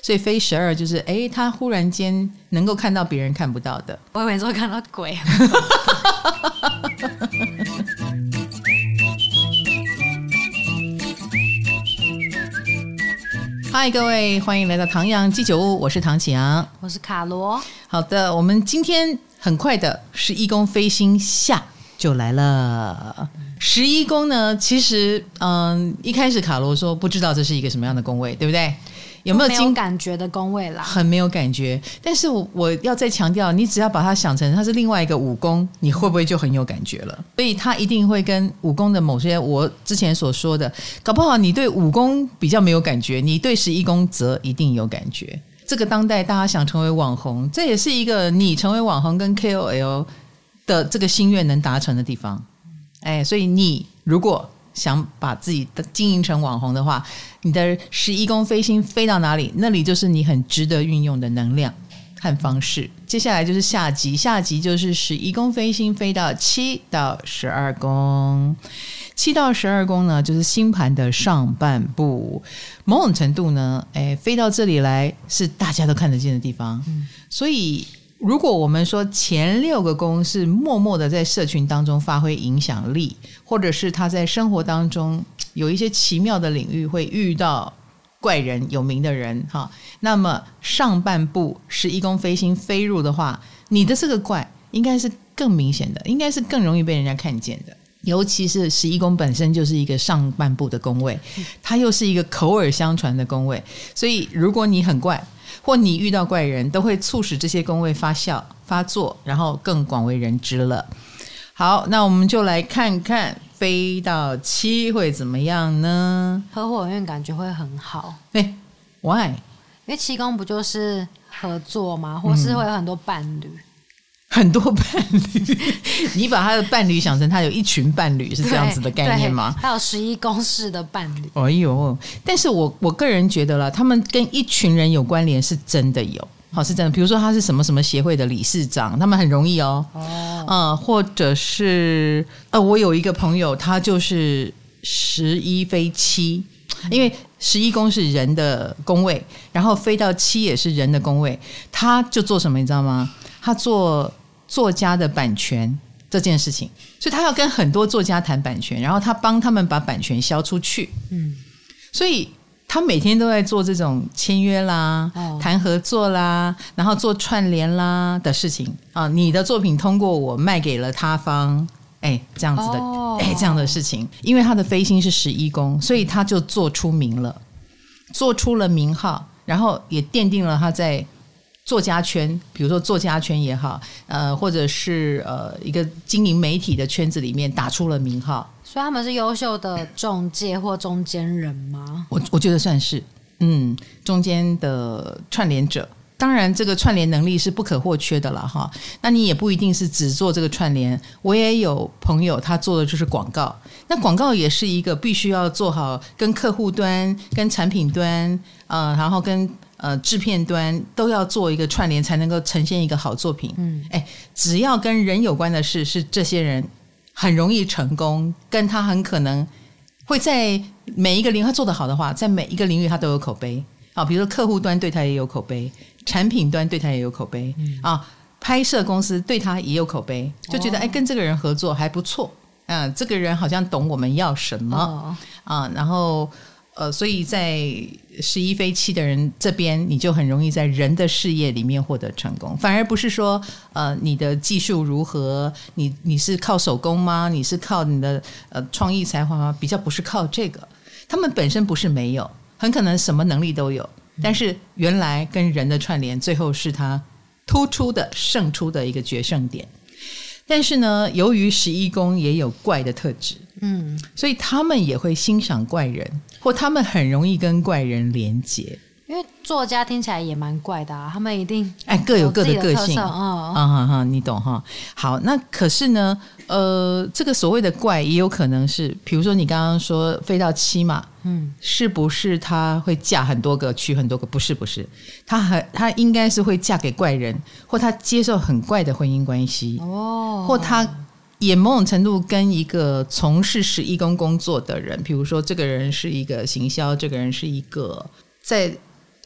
所以飞12就是他忽然间能够看到别人看不到的。 我以为说看到鬼。 嗨，各位，欢迎来到唐阳鸡酒屋，我是唐启阳， 我是卡罗。 好的，我们今天很快的11宫飞星下就来了。11宫呢，其实一开始卡罗说不知道这是一个什么样的宫位，对不对？有没有感觉的宫位啦？ 很没有感觉。但是我要再强调，你只要把它想成它是另外一个5宫，你会不会就很有感觉了？所以它一定会跟5宫的某些我之前所说的，搞不好你对5宫比较没有感觉，你对11宫则一定有感觉。这个当代大家想成为网红，这也是一个你成为网红跟 KOL 的这个心愿能达成的地方。所以你如果想把自己经营成网红的话，你的11宫飞星飞到哪里，那里就是你很值得运用的能量和方式。接下来就是下集就是11宫飞星飞到7到12宫。7到12宫呢，就是星盘的上半部，某种程度呢，飞到这里来是大家都看得见的地方。所以如果我们说前6个宫是默默的在社群当中发挥影响力，或者是他在生活当中有一些奇妙的领域会遇到怪人有名的人，那么上半部11宫飞星飞入的话，你的这个怪应该是更明显的，应该是更容易被人家看见的。尤其是11宫本身就是一个上半部的宫位，它又是一个口耳相传的宫位，所以如果你很怪或你遇到怪人，都会促使这些宫位发酵发作，然后更广为人知了。好，那我们就来看看飞到7会怎么样呢？ 合伙人感觉会很好。 why？ 因为7宫不就是合作吗？或是会有很多伴侣。 很多伴侣，你把他的伴侣想成他有一群伴侣，是这样子的概念吗？ 他有11宫式的伴侣。 哎呦，但是我个人觉得啦，他们跟一群人有关联是真的有，是真的。比如说他是什么什么协会的理事长，他们很容易或者是我有一个朋友，他就是11飞7，因为11宫是人的宫位，然后飞到7也是人的宫位，他就做什么你知道吗？他做作家的版权这件事情，所以他要跟很多作家谈版权，然后他帮他们把版权销出去。所以他每天都在做这种签约啦、谈合作啦，然后做串联啦的事情你的作品通过我卖给了他方，这样子的这样的事情。因为他的飞星是11宫，所以他就做出名了，做出了名号，然后也奠定了他在作家圈，比如说作家圈也好，或者是一个经营媒体的圈子里面打出了名号。 所以他们是优秀的中介或中间人吗？ 我觉得算是中间的串联者。当然这个串联能力是不可或缺的了哈。那你也不一定是只做这个串联，我也有朋友他做的就是广告，那广告也是一个必须要做好跟客户端跟产品端然后跟制片端都要做一个串联，才能够呈现一个好作品。只要跟人有关的事，是这些人很容易成功，跟他很可能会在每一个领域他做得好的话，在每一个领域他都有口碑比如说客户端对他也有口碑，产品端对他也有口碑拍摄公司对他也有口碑，就觉得跟这个人合作还不错这个人好像懂我们要什么然后所以在11飞7的人这边，你就很容易在人的事业里面获得成功，反而不是说你的技术如何，你是靠手工吗？你是靠你的创意才华吗？比较不是靠这个，他们本身不是没有，很可能什么能力都有，但是原来跟人的串联，最后是他突出的胜出的一个决胜点。但是呢，由于11宫也有怪的特质所以他们也会欣赏怪人，或他们很容易跟怪人连结。 因为作家听起来也蛮怪的他们一定各有各的个性你懂哈。好，那可是呢这个所谓的怪也有可能是，比如说你刚刚说飞到7嘛是不是他会嫁很多个娶很多个？不是他应该是会嫁给怪人，或他接受很怪的婚姻关系或他也某种程度跟一个从事11宫工作的人，比如说这个人是一个行销，这个人是一个在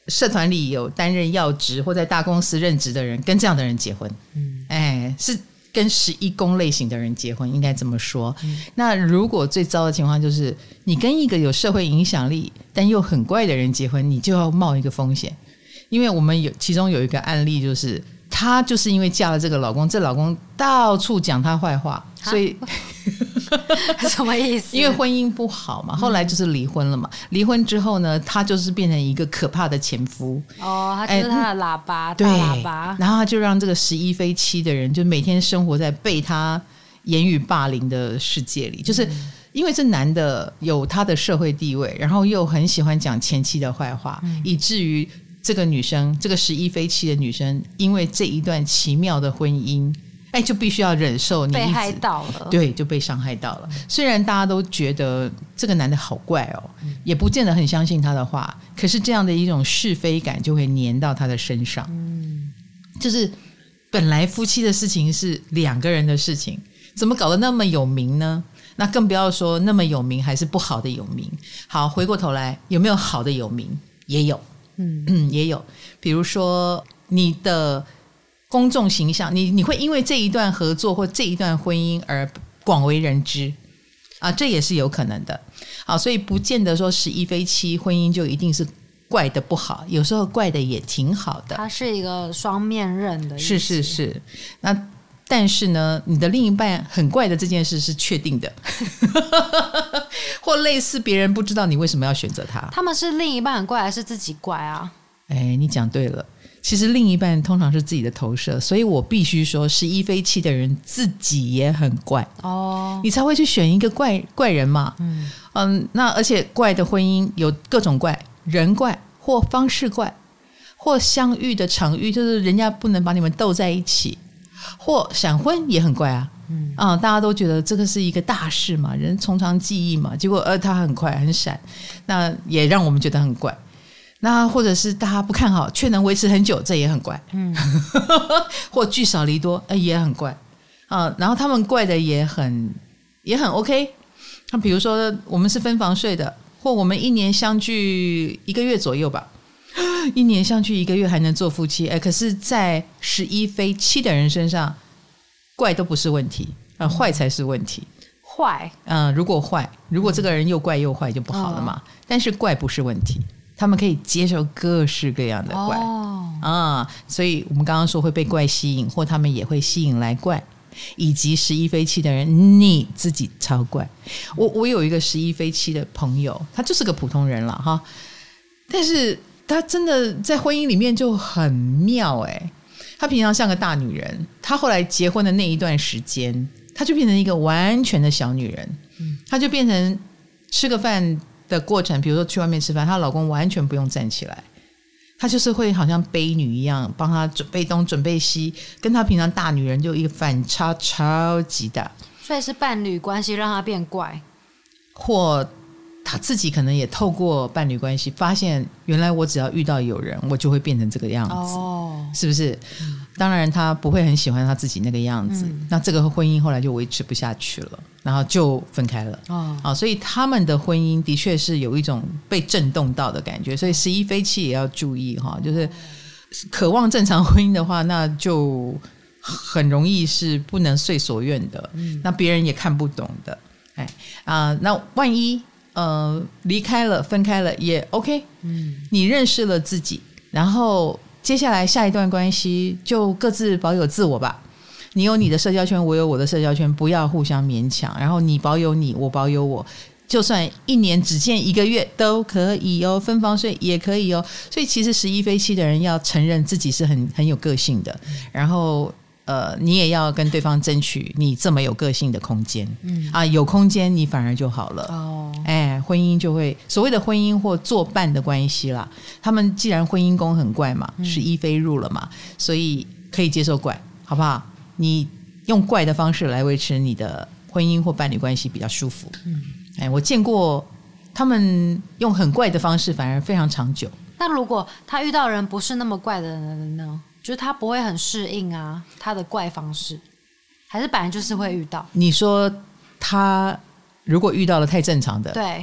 社团里有担任要职或在大公司任职的人跟这样的人结婚，是跟11宫类型的人结婚，应该这么说。那如果最糟的情况就是你跟一个有社会影响力但又很怪的人结婚，你就要冒一个风险。因为我们其中有一个案例，就是她就是因为嫁了这个老公，这老公到处讲她坏话，所以什么意思？ 因为婚姻不好嘛，后来就是离婚了嘛。离婚之后呢，她就是变成一个可怕的前夫。 他就是他的喇叭， 对， 大喇叭。 然后他就让这个11非7的人就每天生活在被他言语霸凌的世界里，就是因为这男的有他的社会地位，然后又很喜欢讲前妻的坏话，以至于这个女生，这个11非7的女生，因为这一段奇妙的婚姻，就必须要忍受你被害到了， 对，就被伤害到了。虽然大家都觉得这个男的好怪哦，也不见得很相信他的话，可是这样的一种是非感就会粘到他的身上。就是本来夫妻的事情是2个人的事情，怎么搞得那么有名呢？那更不要说那么有名还是不好的有名。好，回过头来，有没有好的有名？也有，也有。比如说你的公众形象，你会因为这一段合作或这一段婚姻而广为人知啊，这也是有可能的。好，所以不见得说11非7婚姻就一定是怪的不好，有时候怪的也挺好的。 它是一个双面刃的意思。 是。那但是呢，你的另一半很怪的这件事是确定的，或类似别人不知道你为什么要选择他。 他们是另一半很怪还是自己怪啊？ 你讲对了。其实另一半通常是自己的投射，所以我必须说11非7的人自己也很怪你才会去选一个怪人嘛。那而且怪的婚姻有各种怪，人怪或方式怪，或相遇的场域就是人家不能把你们斗在一起，或闪婚也很怪大家都觉得这个是一个大事嘛，人从长计议嘛，结果他很快很闪，那也让我们觉得很怪。那或者是大家不看好却能维持很久，这也很怪或聚少离多也很怪然后他们怪的也很 OK。那比如说我们是分房睡的，或我们1年相聚1个月左右吧，1年相聚1个月还能做夫妻可是在11非7的人身上，怪都不是问题坏才是问题。 坏如果这个人又怪又坏就不好了嘛但是怪不是问题，他们可以接受各式各样的怪所以我们刚刚说会被怪吸引，或他们也会吸引来怪，以及11非7的人你自己超怪。我有一个11非7的朋友，他就是个普通人了哈，但是他真的在婚姻里面就很妙他平常像个大女人，他后来结婚的那一段时间，他就变成一个完全的小女人他就变成吃个饭的过程，比如说去外面吃饭，她老公完全不用站起来，她就是会好像悲女一样帮她准备东准备西，跟她平常大女人就一个反差超级大。 所以是伴侣关系让她变怪， 或她自己可能也透过伴侣关系发现，原来我只要遇到有人我就会变成这个样子是不是当然她不会很喜欢她自己那个样子那这个婚姻后来就维持不下去了，然后就分开了所以他们的婚姻的确是有一种被震动到的感觉。所以11非7也要注意就是渴望正常婚姻的话，那就很容易是不能遂所愿的那别人也看不懂的那万一离开了分开了也 OK 你认识了自己，然后接下来下一段关系就各自保有自我吧，你有你的社交圈，我有我的社交圈，不要互相勉强，然后你保有你，我保有我，就算1年只见1个月都可以分房睡也可以所以其实11非7的人要承认自己是很有个性的然后你也要跟对方争取你这么有个性的空间有空间你反而就好了婚姻就会所谓的婚姻或作伴的关系啦，他们既然婚姻宫很怪嘛11非入了嘛，所以可以接受怪，好不好？你用怪的方式来维持你的婚姻或伴侣关系比较舒服我见过他们用很怪的方式反而非常长久。 那如果他遇到人不是那么怪的人呢？就是他不会很适应他的怪方式，还是本来就是会遇到？ 你说他如果遇到了太正常的， 对，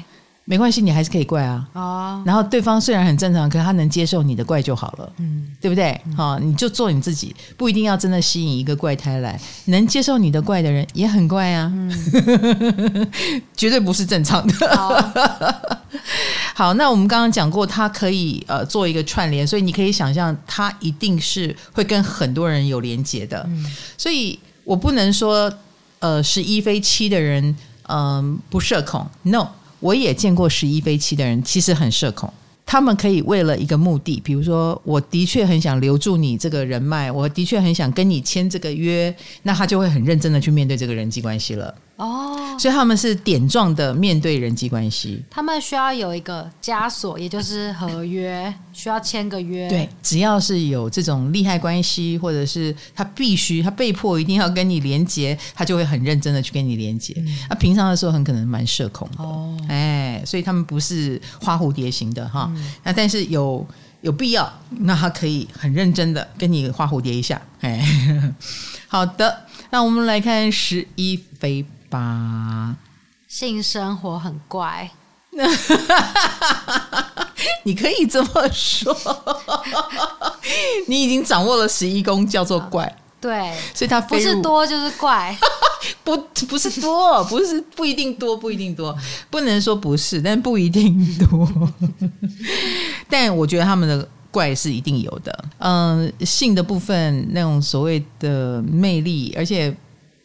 没关系，你还是可以怪啊。然后对方虽然很正常，可是他能接受你的怪就好了，对不对？你就做你自己，不一定要真的吸引一个怪胎来，能接受你的怪的人也很怪啊，绝对不是正常的。好，那我们刚刚讲过，它可以做一个串联，所以你可以想象，它一定是会跟很多人有连结的。所以我不能说11非7的人不社恐 ，no。我也见过11非7的人，其实很社恐。他们可以为了一个目的，比如说，我的确很想留住你这个人脉，我的确很想跟你签这个约，那他就会很认真的去面对这个人际关系了。所以他们是点状的面对人际关系， 他们需要有一个枷锁，也就是合约，需要签个约。 对，只要是有这种利害关系，或者是他被迫一定要跟你连结，他就会很认真的去跟你连结。平常的时候很可能蛮社恐的，所以他们不是花蝴蝶型的哈。那但是有必要，那他可以很认真的跟你花蝴蝶一下。好的，那我们来看11非8， 性生活很怪。 你可以这么说，你已经掌握了11宫叫做怪。 对， 所以它不是多就是怪。 不是多，不一定多，不能说不是，但不一定多。但我觉得他们的怪是一定有的。性的部分那种所谓的魅力，而且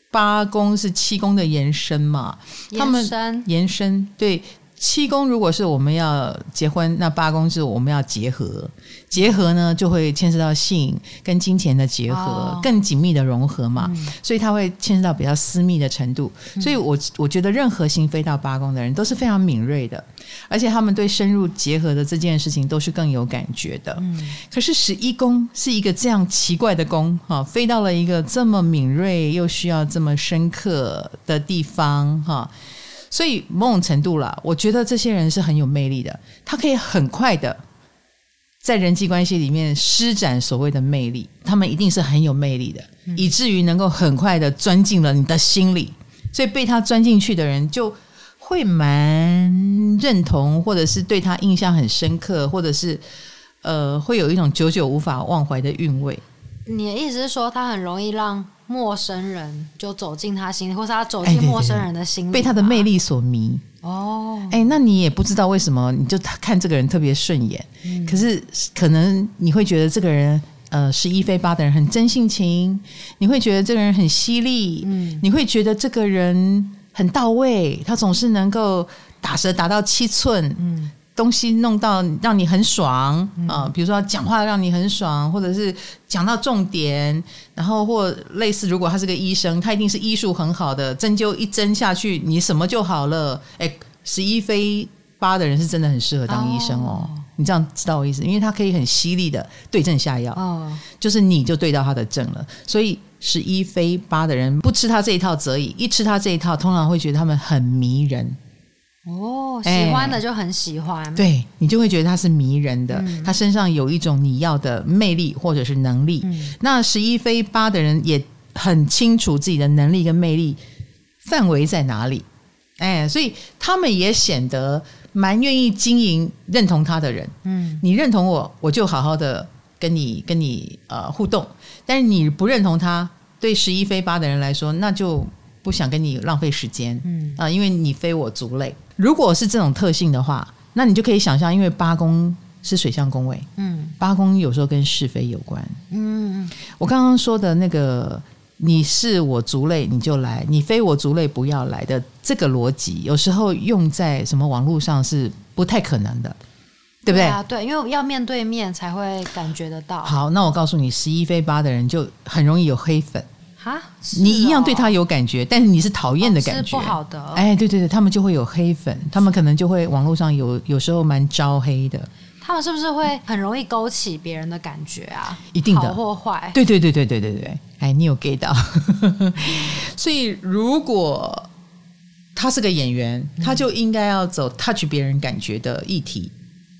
8宫是7宫的延伸嘛，他们延伸对。7宫如果是我们要结婚，那8宫是我们要结合，结合呢就会牵涉到性跟金钱的结合，更紧密的融合嘛，所以它会牵涉到比较私密的程度。所以我觉得任何星飞到8宫的人都是非常敏锐的，而且他们对深入结合的这件事情都是更有感觉的。可是11宫是一个这样奇怪的宫，飞到了一个这么敏锐又需要这么深刻的地方，所以某种程度啦，我觉得这些人是很有魅力的，他可以很快的在人际关系里面施展所谓的魅力，他们一定是很有魅力的，以至于能够很快的钻进了你的心里，所以被他钻进去的人就会蛮认同，或者是对他印象很深刻，或者是会有一种久久无法忘怀的韵味。 你的意思是说，他很容易让陌生人就走进他心里，或是他走进陌生人的心里， 被他的魅力所迷。那你也不知道为什么，你就看这个人特别顺眼，可是可能你会觉得这个人11非8的人很真性情，你会觉得这个人很犀利，你会觉得这个人很到位，他总是能够打蛇打到7寸，东西弄到让你很爽比如说讲话让你很爽，或者是讲到重点，然后或类似，如果他是个医生，他一定是医术很好的，针灸一针下去你什么就好了。11非8的人是真的很适合当医生你这样知道我意思，因为他可以很犀利的对症下药就是你就对到他的症了。所以11非8的人不吃他这一套则已，一吃他这一套通常会觉得他们很迷人喜欢的就很喜欢， 对，你就会觉得他是迷人的，他身上有一种你要的魅力或者是能力那11非8的人也很清楚自己的能力跟魅力范围在哪里所以他们也显得蛮愿意经营认同他的人你认同我，我就好好的跟你互动，但是你不认同他，对11非8的人来说，那就不想跟你浪费时间因为你非我族类。如果是这种特性的话，那你就可以想象，因为8宫是水象宫位8宫有时候跟是非有关我刚刚说的那个你是我族类你就来，你非我族类不要来的这个逻辑，有时候用在什么网络上是不太可能的，对不对？ 对，因为要面对面才会感觉得到。 好，那我告诉你11非8的人就很容易有黑粉你一样对他有感觉，但是你是讨厌的感觉， 是不好的对，他们就会有黑粉，他们可能就会网络上有时候蛮招黑的。 他们是不是会很容易勾起别人的感觉啊？ 一定的， 好或坏。 对，你有 get 到所以如果他是个演员他就应该要走 touch 别人感觉的议题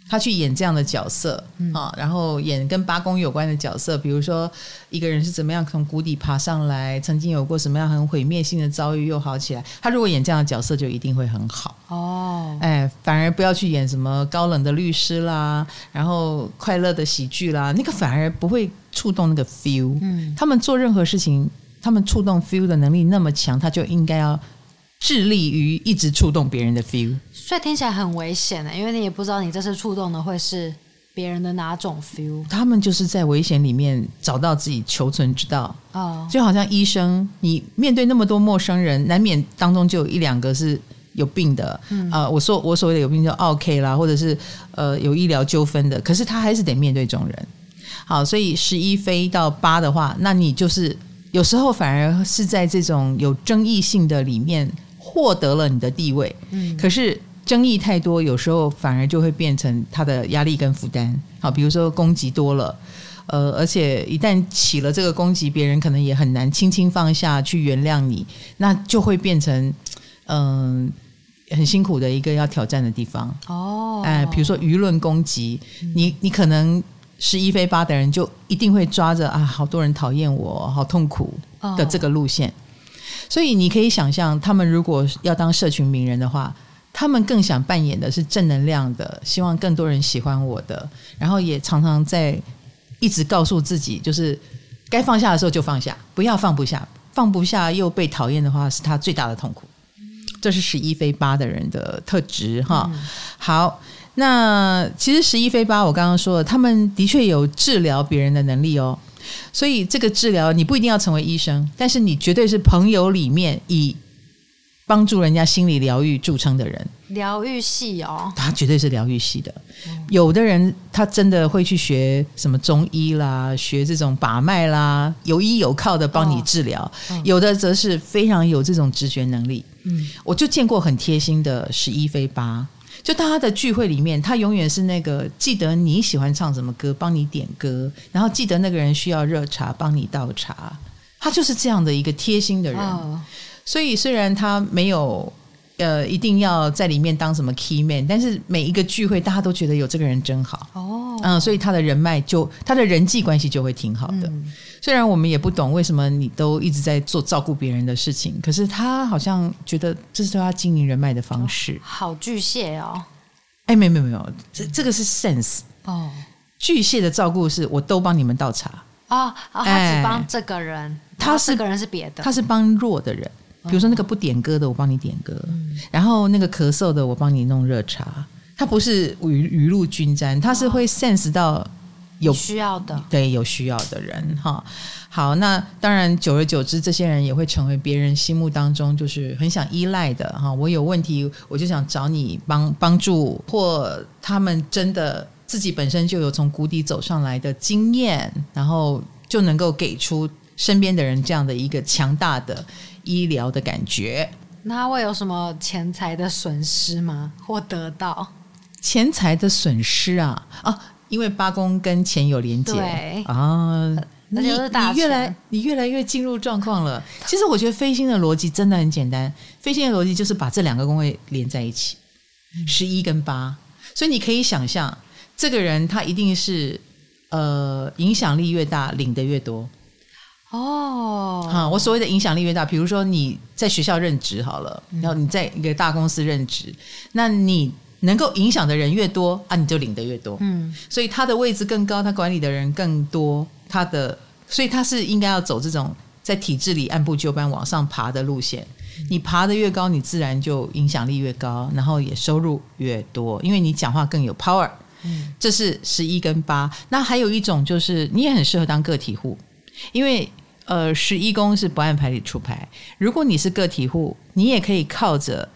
他去演这样的角色然后演跟八宫有关的角色，比如说一个人是怎么样从谷底爬上来，曾经有过什么样很毁灭性的遭遇又好起来，他如果演这样的角色就一定会很好反而不要去演什么高冷的律师啦，然后快乐的喜剧啦，那个反而不会触动那个 feel他们做任何事情，他们触动 feel 的能力那么强，他就应该要致力于一直触动别人的 feel， 所以听起来很危险因为你也不知道你这次触动的会是别人的哪种 feel。 他们就是在危险里面找到自己求存之道就好像医生，你面对那么多陌生人，难免当中就有一两个是有病的我所谓的有病就 OK 啦，或者是有医疗纠纷的，可是他还是得面对这种人。好，所以11飞到8的话，那你就是有时候反而是在这种有争议性的里面获得了你的地位可是争议太多，有时候反而就会变成他的压力跟负担。好，比如说攻击多了而且一旦起了这个攻击，别人可能也很难轻轻放下去原谅你，那就会变成很辛苦的一个要挑战的地方比如说舆论攻击你可能11飞8的人就一定会抓着好多人讨厌我，好痛苦的这个路线所以你可以想象，他们如果要当社群名人的话，他们更想扮演的是正能量的，希望更多人喜欢我的，然后也常常在一直告诉自己，就是该放下的时候就放下，不要放不下，放不下又被讨厌的话是他最大的痛苦。这是11飞8的人的特质好，那其实11飞8我刚刚说了，他们的确有治疗别人的能力所以这个治疗你不一定要成为医生，但是你绝对是朋友里面以帮助人家心理疗愈著称的人。 疗愈系他绝对是疗愈系的有的人他真的会去学什么中医啦，学这种把脉啦，有依有靠的帮你治疗有的则是非常有这种直觉能力我就见过很贴心的11飞8，就大家的聚会里面，他永远是那个记得你喜欢唱什么歌帮你点歌，然后记得那个人需要热茶帮你倒茶，他就是这样的一个贴心的人所以虽然他没有一定要在里面当什么 key man， 但是每一个聚会大家都觉得有这个人真好所以他的人脉他的人际关系就会挺好的虽然我们也不懂为什么你都一直在做照顾别人的事情，可是他好像觉得这是他经营人脉的方式好巨蟹没有这个是 sense 巨蟹的照顾是我都帮你们倒茶他只帮这个人这个人是别的， 他是帮弱的人，比如说那个不点歌的我帮你点歌然后那个咳嗽的我帮你弄热茶，他不是雨露均沾，他是会 sense 到有需要的， 对，有需要的人好，那当然久而久之这些人也会成为别人心目当中就是很想依赖的我有问题我就想找你帮助，或他们真的自己本身就有从谷底走上来的经验，然后就能够给出身边的人这样的一个强大的医疗的感觉。 那他会有什么钱财的损失吗？或得到钱财的损失因为八宫跟钱有连结对你越来越进入状况了。其实我觉得飞星的逻辑真的很简单，飞星的逻辑就是把这两个宫位连在一起，11跟8，所以你可以想象这个人他一定是影响力越大领得越多我所谓的影响力越大，比如说你在学校任职好了，然后你在一个大公司任职，那你能够影响的人越多你就领得越多所以他的位置更高，他管理的人更多，所以他是应该要走这种在体制里按部就班往上爬的路线。你爬得越高，你自然就影响力越高，然后也收入越多，因为你讲话更有 power这是11跟8。那还有一种就是你也很适合当个体户，因为11宫是不按牌理出牌，如果你是个体户，你也可以靠着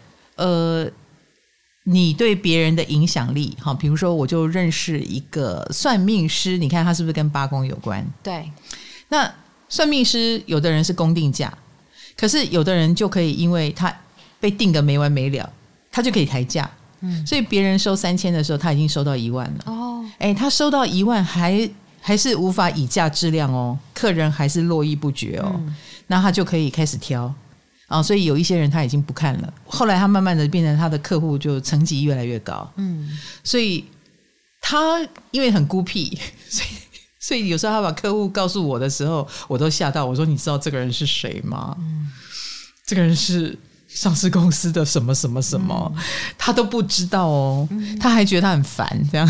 你对别人的影响力比如说我就认识一个算命师，你看他是不是跟八宫有关？ 对， 那算命师有的人是公定价，可是有的人就可以因为他被定个没完没了，他就可以抬价所以别人收3000的时候他已经收到1万了他收到1万还是无法以价质量客人还是络绎不绝那他就可以开始挑所以有一些人他已经不看了，后来他慢慢的变成他的客户就层级越来越高所以他因为很孤僻，所以有时候他把客户告诉我的时候，我都吓到。我说：“你知道这个人是谁吗？这个人是上市公司的什么什么什么，他都不知道哦。他还觉得他很烦，这样。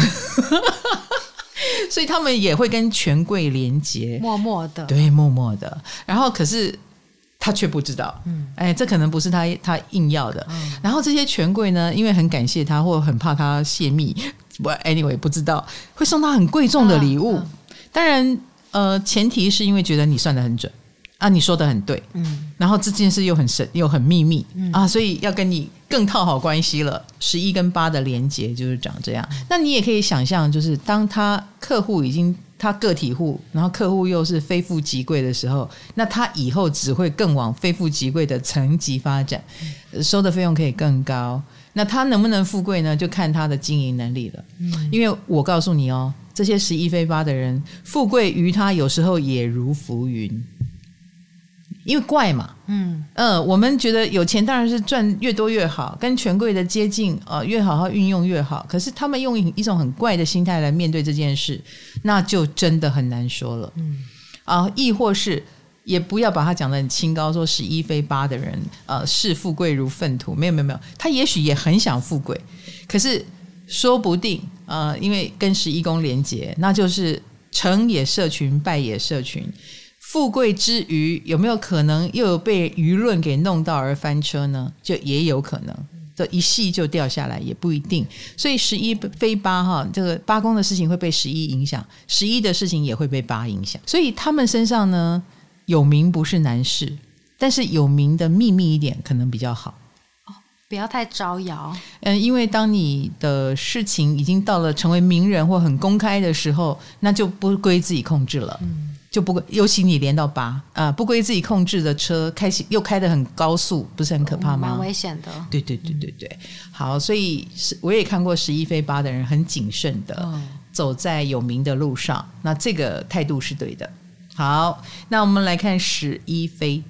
所以他们也会跟权贵连结， 默默的， 对，默默的。然后可是他却不知道，这可能不是他硬要的。然后这些权贵呢，因为很感谢他，或很怕他泄密，anyway 不知道会送他很贵重的礼物。当然，前提是因为觉得你算得很准啊，你说得很对，然后这件事又很神又很秘密啊，所以要跟你更套好关系了。11跟8的连结就是长这样。那你也可以想象，就是当他客户已经他个体户，然后客户又是非富即贵的时候，那他以后只会更往非富即贵的层级发展，收的费用可以更高。那他能不能富贵呢？就看他的经营能力了。因为我告诉你哦，这些11非8的人，富贵于他有时候也如浮云，因为怪嘛。我们觉得有钱当然是赚越多越好，跟权贵的接近，越好好运用越好。可是他们用一种很怪的心态来面对这件事，那就真的很难说了。亦或是也不要把他讲得很清高，说11非8的人视富贵如粪土，没有，他也许也很想富贵，可是说不定因为跟11宫连结，那就是成也社群，败也社群。富贵之余有没有可能又有被舆论给弄到而翻车呢？就也有可能，这一系就掉下来也不一定。所以11非8这个8宫的事情会被11影响，11的事情也会被8影响。所以他们身上呢，有名不是难事，但是有名的秘密一点可能比较好。 不要太招摇。 因为当你的事情已经到了成为名人或很公开的时候，那就不归自己控制了。就不，尤其你连到8不归自己控制的车又开得很高速，不是很可怕吗？ 蛮危险的。 对。好，所以我也看过11非8的人很谨慎的走在有名的路上，那这个态度是对的。好，那我们来看11非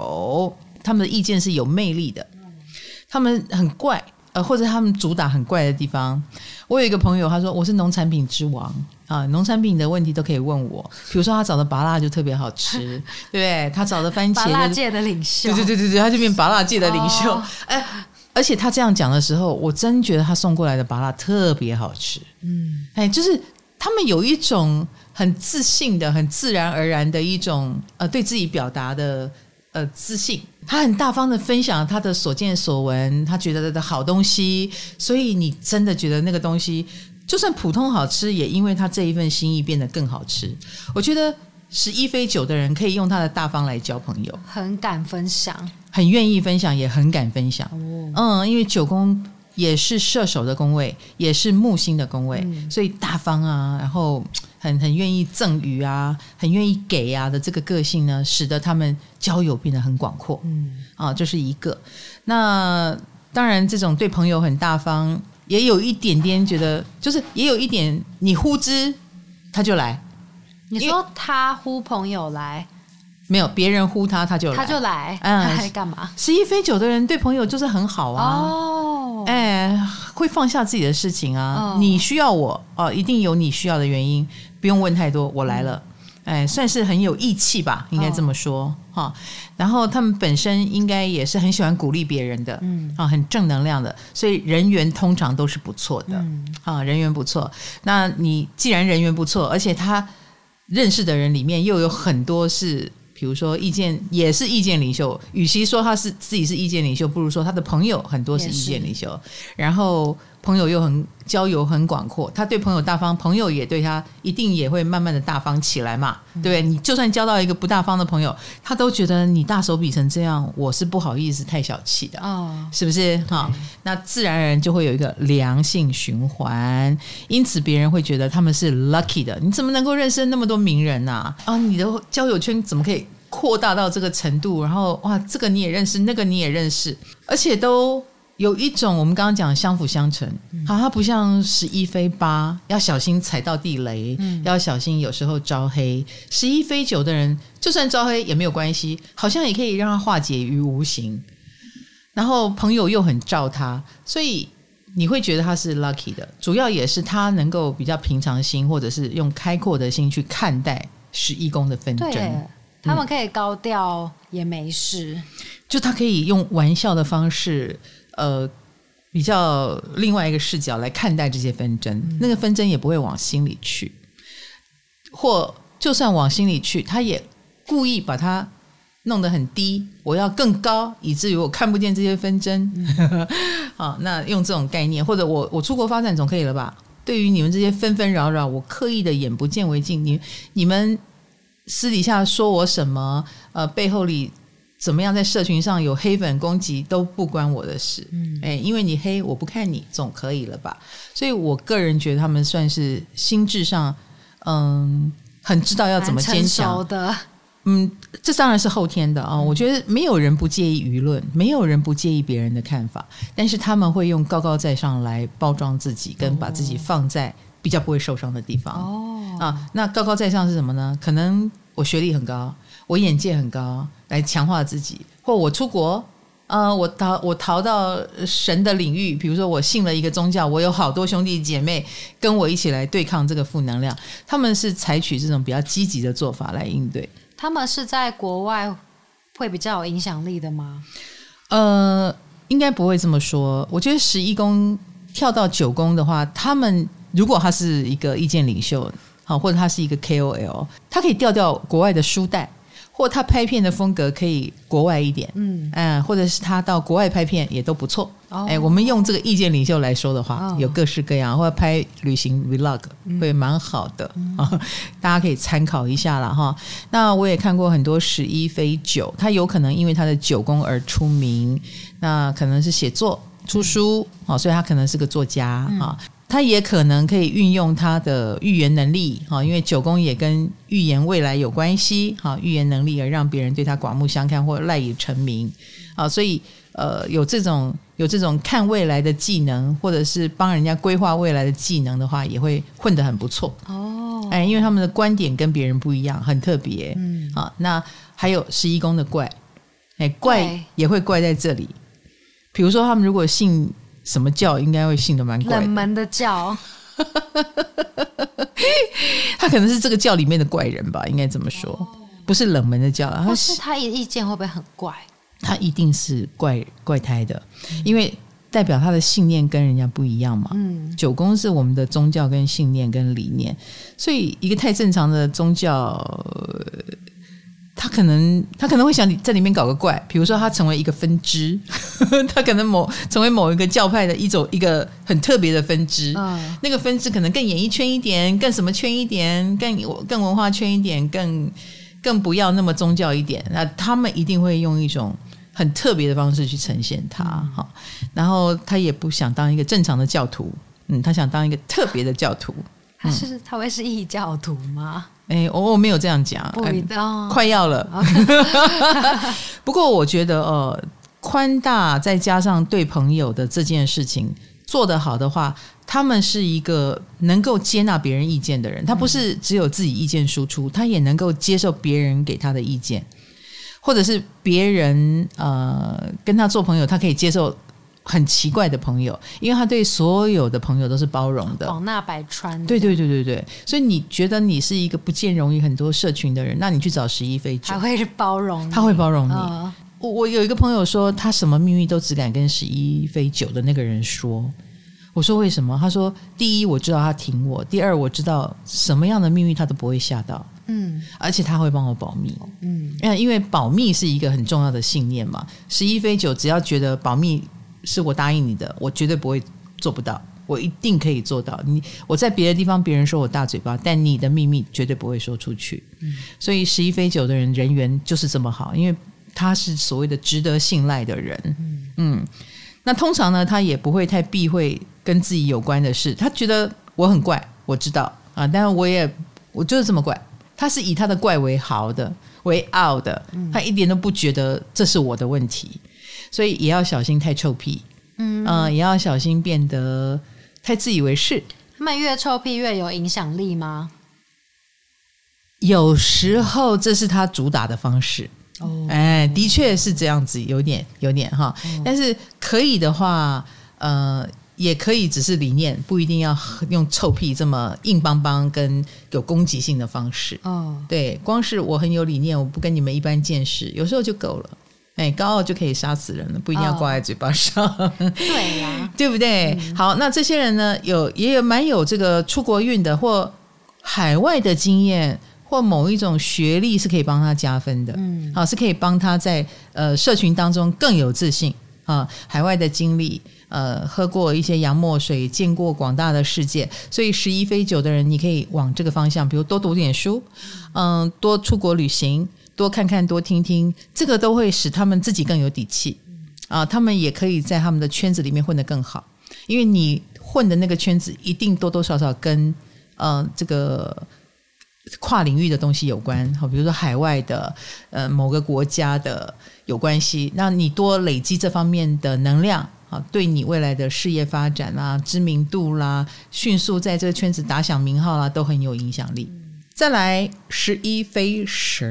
9，他们的意见是有魅力的，他们很怪，或者他们主打很怪的地方。我有一个朋友，他说我是农产品之王啊，农产品的问题都可以问我。比如说他找的芭乐就特别好吃，对不对？他找的番茄芭乐界的领袖， 对，他就变芭乐界的领袖。而且他这样讲的时候，我真觉得他送过来的芭乐特别好吃。就是他们有一种很自信的、很自然而然的一种对自己表达的自信。他很大方的分享他的所见所闻，他觉得的好东西，所以你真的觉得那个东西就算普通好吃，也因为他这一份心意变得更好吃。我觉得11非9的人可以用他的大方来交朋友，很敢分享， 很愿意分享，也很敢分享。因为9宫也是射手的宫位，也是木星的宫位，所以大方啊，然后很愿意赠予啊，很愿意给啊的这个个性呢，使得他们交友变得很广阔。这是一个。那当然这种对朋友很大方，也有一点点觉得，就是也有一点你呼之他就来。 你说他呼朋友来？ 没有，别人呼他就来， 他就来。他还干嘛 ？11非9的人对朋友就是很好啊。会放下自己的事情啊。你需要我一定有你需要的原因，不用问太多，我来了。算是很有义气吧，应该这么说。然后他们本身应该也是很喜欢鼓励别人的，很正能量的，所以人缘通常都是不错的。人缘不错，那你既然人缘不错，而且他认识的人里面又有很多是比如说也是意见领袖，与其说他是自己是意见领袖，不如说他的朋友很多是意见领袖，然后朋友又交友很广阔，他对朋友大方，朋友也对他一定也会慢慢的大方起来嘛，对不对？你就算交到一个不大方的朋友，他都觉得你大手笔成这样，我是不好意思太小气的，是不是？那自然而然就会有一个良性循环，因此别人会觉得他们是 lucky 的。你怎么能够认识那么多名人啊？你的交友圈怎么可以扩大到这个程度？然后哇，这个你也认识，那个你也认识，而且都有一种我们刚刚讲相辅相成。它不像11非8要小心踩到地雷，要小心有时候招黑。11非9的人就算招黑也没有关系，好像也可以让他化解于无形，然后朋友又很照他，所以你会觉得他是 lucky 的，主要也是他能够比较平常心，或者是用开阔的心去看待11宫的纷争。 对，他们可以高调也没事， 就他可以用玩笑的方式，比较另外一个视角来看待这些纷争，那个纷争也不会往心里去，或就算往心里去，他也故意把它弄得很低，我要更高，以至于我看不见这些纷争。好，那用这种概念，或者我出国发展总可以了吧？对于你们这些纷纷扰扰，我刻意的眼不见为净，你们私底下说我什么，背后里怎么样在社群上有黑粉攻击都不关我的事。因为你黑我不看你总可以了吧？所以我个人觉得他们算是心智上很知道要怎么坚强的。 这当然是后天的啊。我觉得没有人不介意舆论，没有人不介意别人的看法，但是他们会用高高在上来包装自己，跟把自己放在比较不会受伤的地方。那高高在上是什么呢？可能我学历很高，我眼界很高，来强化自己，或我出国，我逃到神的领域，比如说我信了一个宗教，我有好多兄弟姐妹跟我一起来对抗这个负能量。他们是采取这种比较积极的做法来应对。 他们是在国外会比较有影响力的吗？ 应该不会这么说。我觉得11宫跳到9宫的话，他们如果他是一个意见领袖，好，或者他是一个 KOL， 他可以调调国外的书带，或他拍片的风格可以国外一点，或者是他到国外拍片也都不错。我们用这个意见领袖来说的话，有各式各样，或者拍旅行 vlog 会蛮好的，大家可以参考一下啦哈。那我也看过很多11飞9，他有可能因为他的9宫而出名，那可能是写作出书，所以他可能是个作家，他也可能可以运用他的预言能力，因为9宫也跟预言未来有关系，预言能力而让别人对他刮目相看或赖以成名。所以有这种看未来的技能，或者是帮人家规划未来的技能的话，也会混得很不错。因为他们的观点跟别人不一样，很特别。那还有11宫的怪，怪也会怪在这里。比如说他们如果信什么教，应该会信得蛮怪的， 冷门的教。 他可能是这个教里面的怪人吧，应该这么说，不是冷门的教。 或是他意见会不会很怪？ 他一定是怪胎的，因为代表他的信念跟人家不一样嘛。9宫是我们的宗教跟信念跟理念，所以一个太正常的宗教，他可能会想在里面搞个怪，比如说他成为一个分支，他可能成为某一个教派的一个很特别的分支，那个分支可能更演艺圈一点，更什么圈一点，更文化圈一点，更不要那么宗教一点。那他们一定会用一种很特别的方式去呈现它，然后他也不想当一个正常的教徒，他想当一个特别的教徒。 他会是异教徒吗？ 我没有这样讲， 不一定， 快要了。不过我觉得宽大再加上对朋友的这件事情做得好的话，他们是一个能够接纳别人意见的人。他不是只有自己意见输出，他也能够接受别人给他的意见，或者是别人跟他做朋友，他可以接受很奇怪的朋友，因为他对所有的朋友都是包容的， 广纳百川。 对，所以你觉得你是一个不兼容于很多社群的人，那你去找11飞9， 他会包容你， 他会包容你。我有一个朋友说，他什么秘密都只敢跟11飞9的那个人说。我说为什么？他说第一我知道他挺我，第二我知道什么样的秘密他都不会吓到，而且他会帮我保密，因为保密是一个很重要的信念嘛。11飞9只要觉得保密是我答应你的，我绝对不会做不到，我一定可以做到。我在别的地方别人说我大嘴巴，但你的秘密绝对不会说出去。所以11飞9的人缘就是这么好，因为他是所谓的值得信赖的人。那通常呢，他也不会太避讳跟自己有关的事。他觉得我很怪，我知道啊，但是我就是这么怪。他是以他的怪为豪的，为傲的，他一点都不觉得这是我的问题。所以也要小心太臭屁，也要小心变得太自以为是。 他们越臭屁越有影响力吗？ 有时候这是他主打的方式。的确是这样子，有点哈。但是可以的话， 也可以只是理念，不一定要用臭屁这么硬邦邦跟有攻击性的方式。对，光是我很有理念，我不跟你们一般见识，有时候就够了。高傲就可以杀死人了，不一定要挂在嘴巴上。 对呀， 对不对？好，那这些人呢，也有蛮有这个出国运的，或海外的经验，或某一种学历是可以帮他加分的。好，是可以帮他在社群当中更有自信啊。海外的经历，喝过一些洋墨水，见过广大的世界，所以11非9的人，你可以往这个方向，比如多读点书，多出国旅行。多看看多听听，这个都会使他们自己更有底气啊！他们也可以在他们的圈子里面混得更好，因为你混的那个圈子一定多多少少跟这个跨领域的东西有关，比如说海外的某个国家的有关系，那你多累积这方面的能量啊，对你未来的事业发展啦、知名度啦、迅速在这个圈子打响名号啦，都很有影响力。再来11非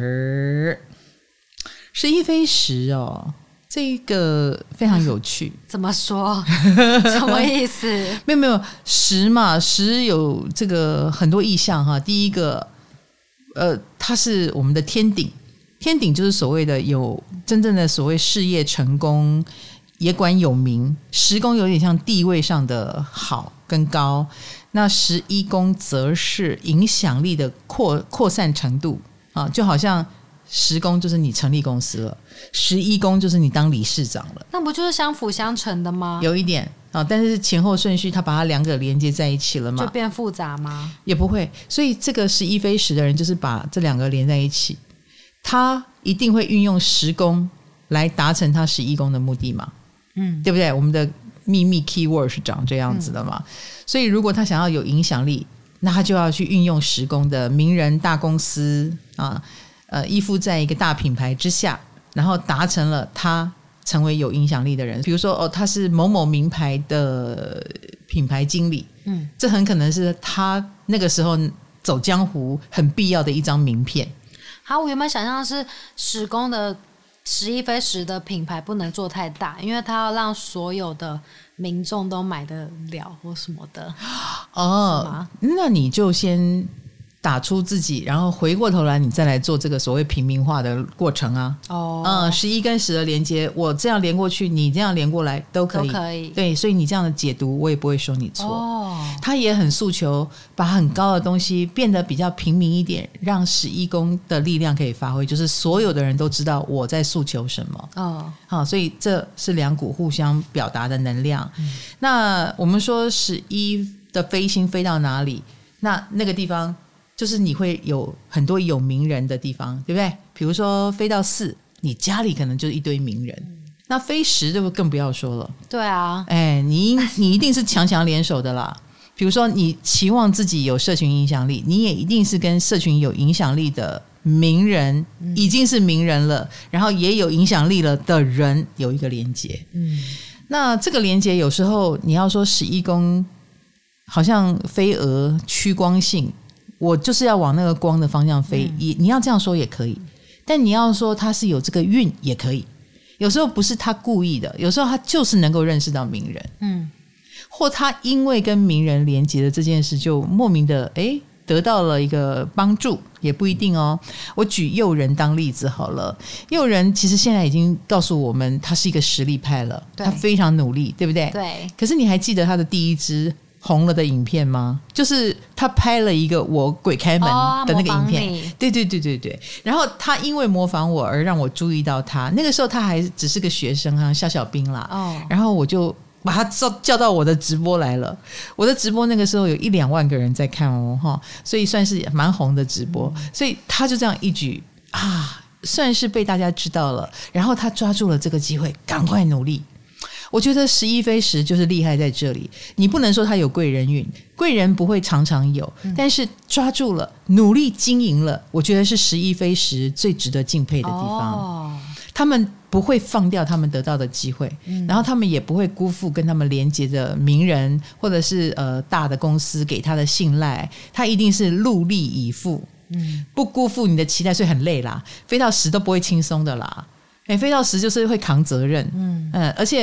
10，11非10哦，这个非常有趣。 怎么说？什么意思？ 没有10嘛，10有这个很多意象哈。第一个，它是我们的天顶，天顶就是所谓的有真正的所谓事业成功，也管有名。10宫有点像地位上的好跟高。那11宫则是影响力的扩散程度啊，就好像10宫就是你成立公司了，11宫就是你当理事长了， 那不就是相辅相成的吗？ 有一点啊，但是前后顺序它把它两个连接在一起了嘛， 就变复杂吗？ 也不会，所以这个11非10的人就是把这两个连在一起，他一定会运用10宫来达成他11宫的目的嘛，对不对？我们的秘密 keyword 是长这样子的嘛，所以如果他想要有影响力，那他就要去运用10宫的名人大公司啊，依附在一个大品牌之下，然后达成了他成为有影响力的人。比如说他是某某名牌的品牌经理，这很可能是他那个时候走江湖很必要的一张名片。 好，我原本想象是10宫的11非10的品牌不能做太大，因为他要让所有的民众都买得了或什么的。 那你就先打出自己，然后回过头来你再来做这个所谓平民化的过程啊。11跟10的连接，我这样连过去，你这样连过来都可以，对，所以你这样的解读我也不会说你错。他也很诉求把很高的东西变得比较平民一点，让11宫的力量可以发挥，就是所有的人都知道我在诉求什么。好，所以这是两股互相表达的能量。那我们说11的飞星飞到哪里，那个地方就是你会有很多有名人的地方，对不对？比如说飞到4，你家里可能就是一堆名人。那飞10就更不要说了。 对啊， 你一定是强强联手的啦。比如说你期望自己有社群影响力，你也一定是跟社群有影响力的名人，已经是名人了，然后也有影响力了的人有一个连接。那这个连接有时候你要说11宫好像飞蛾趋光性，我就是要往那个光的方向飞，你要这样说也可以，但你要说他是有这个运也可以。有时候不是他故意的，有时候他就是能够认识到名人，或他因为跟名人连结的这件事，就莫名的得到了一个帮助，也不一定哦。我举诱人当例子好了，诱人其实现在已经告诉我们，他是一个实力派了，他非常努力，对不对？ 对。 可是你还记得他的第一支红了的影片吗？就是他拍了一个我鬼开门的那个影片，对。然后他因为模仿我而让我注意到他，那个时候他还只是个学生啊，小兵啦。然后我就把他叫到我的直播来了。我的直播那个时候有1-2万个人在看哦，所以算是蛮红的直播。所以他就这样一举算是被大家知道了。然后他抓住了这个机会，赶快努力。我觉得11非10就是厉害在这里，你不能说他有贵人运，贵人不会常常有，但是抓住了，努力经营了，我觉得是11非10最值得敬佩的地方。他们不会放掉他们得到的机会，然后他们也不会辜负跟他们连接的名人或者是大的公司给他的信赖，他一定是戮力以赴，不辜负你的期待，所以很累啦，飞到10都不会轻松的啦。飞到10就是会扛责任，而且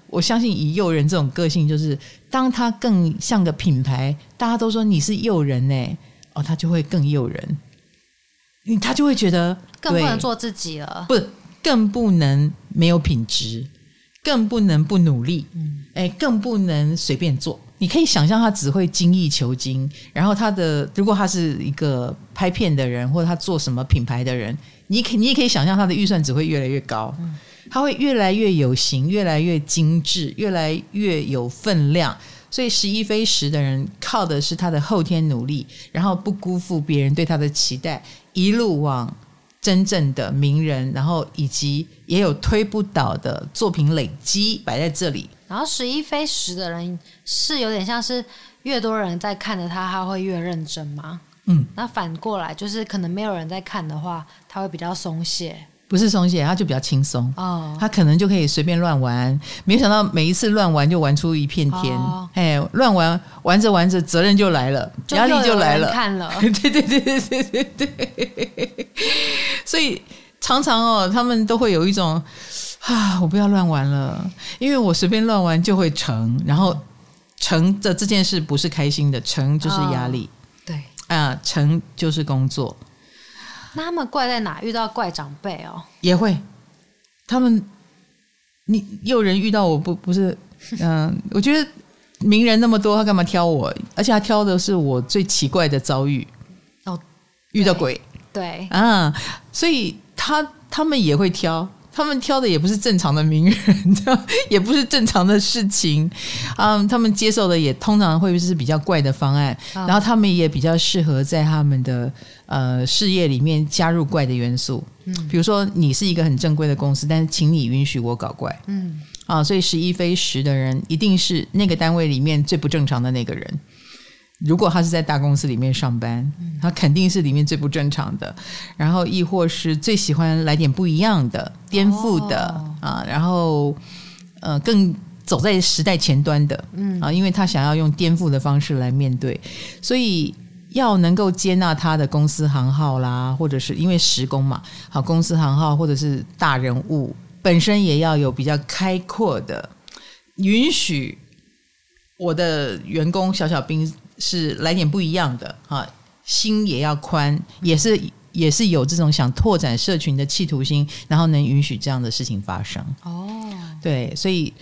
我相信以诱人这种个性，就是当他更像个品牌，大家都说你是诱人欸，他就会更诱人，他就会觉得更不能做自己了， 不，更不能没有品质，更不能不努力，更不能随便做。你可以想象他只会精益求精，然后如果他是一个拍片的人，或者他做什么品牌的人，你也可以想象他的预算只会越来越高，他会越来越有型，越来越精致，越来越有分量。所以11飞10的人靠的是他的后天努力，然后不辜负别人对他的期待，一路往真正的名人，然后以及也有推不倒的作品累积摆在这里。 然后11飞10的人是有点像是越多人在看着他会越认真吗？那反过来就是可能没有人在看的话，他会比较松懈。 不是松懈，他就比较轻松，他可能就可以随便乱玩，没想到每一次乱玩就玩出一片天，乱玩着玩着责任就来了，压力就来了， 看了对，所以常常他们都会有一种我不要乱玩了，因为我随便乱玩就会成，然后成的这件事不是开心的，成就是压力， 对成就是工作。 那他们怪在哪？遇到怪长辈也会，他们有人遇到我不是，我觉得名人那么多，他干嘛挑我？而且他挑的是我最奇怪的遭遇，遇到鬼， 对所以他们也会挑。他们挑的也不是正常的名人，也不是正常的事情，他们接受的也通常会是比较怪的方案，然后他们也比较适合在他们的事业里面加入怪的元素，比如说你是一个很正规的公司，但是请你允许我搞怪，所以11飞10的人一定是那个单位里面最不正常的那个人。如果他是在大公司里面上班，他肯定是里面最不正常的，然后亦或是最喜欢来点不一样的、颠覆的然后更走在时代前端的因为他想要用颠覆的方式来面对，所以要能够接纳他的公司行号啦，或者是因为10公嘛，好，公司行号或者是大人物本身也要有比较开阔的，允许我的员工小小兵是来点不一样的心也要宽，也是有这种想拓展社群的企图心，然后能允许这样的事情发生。对，所以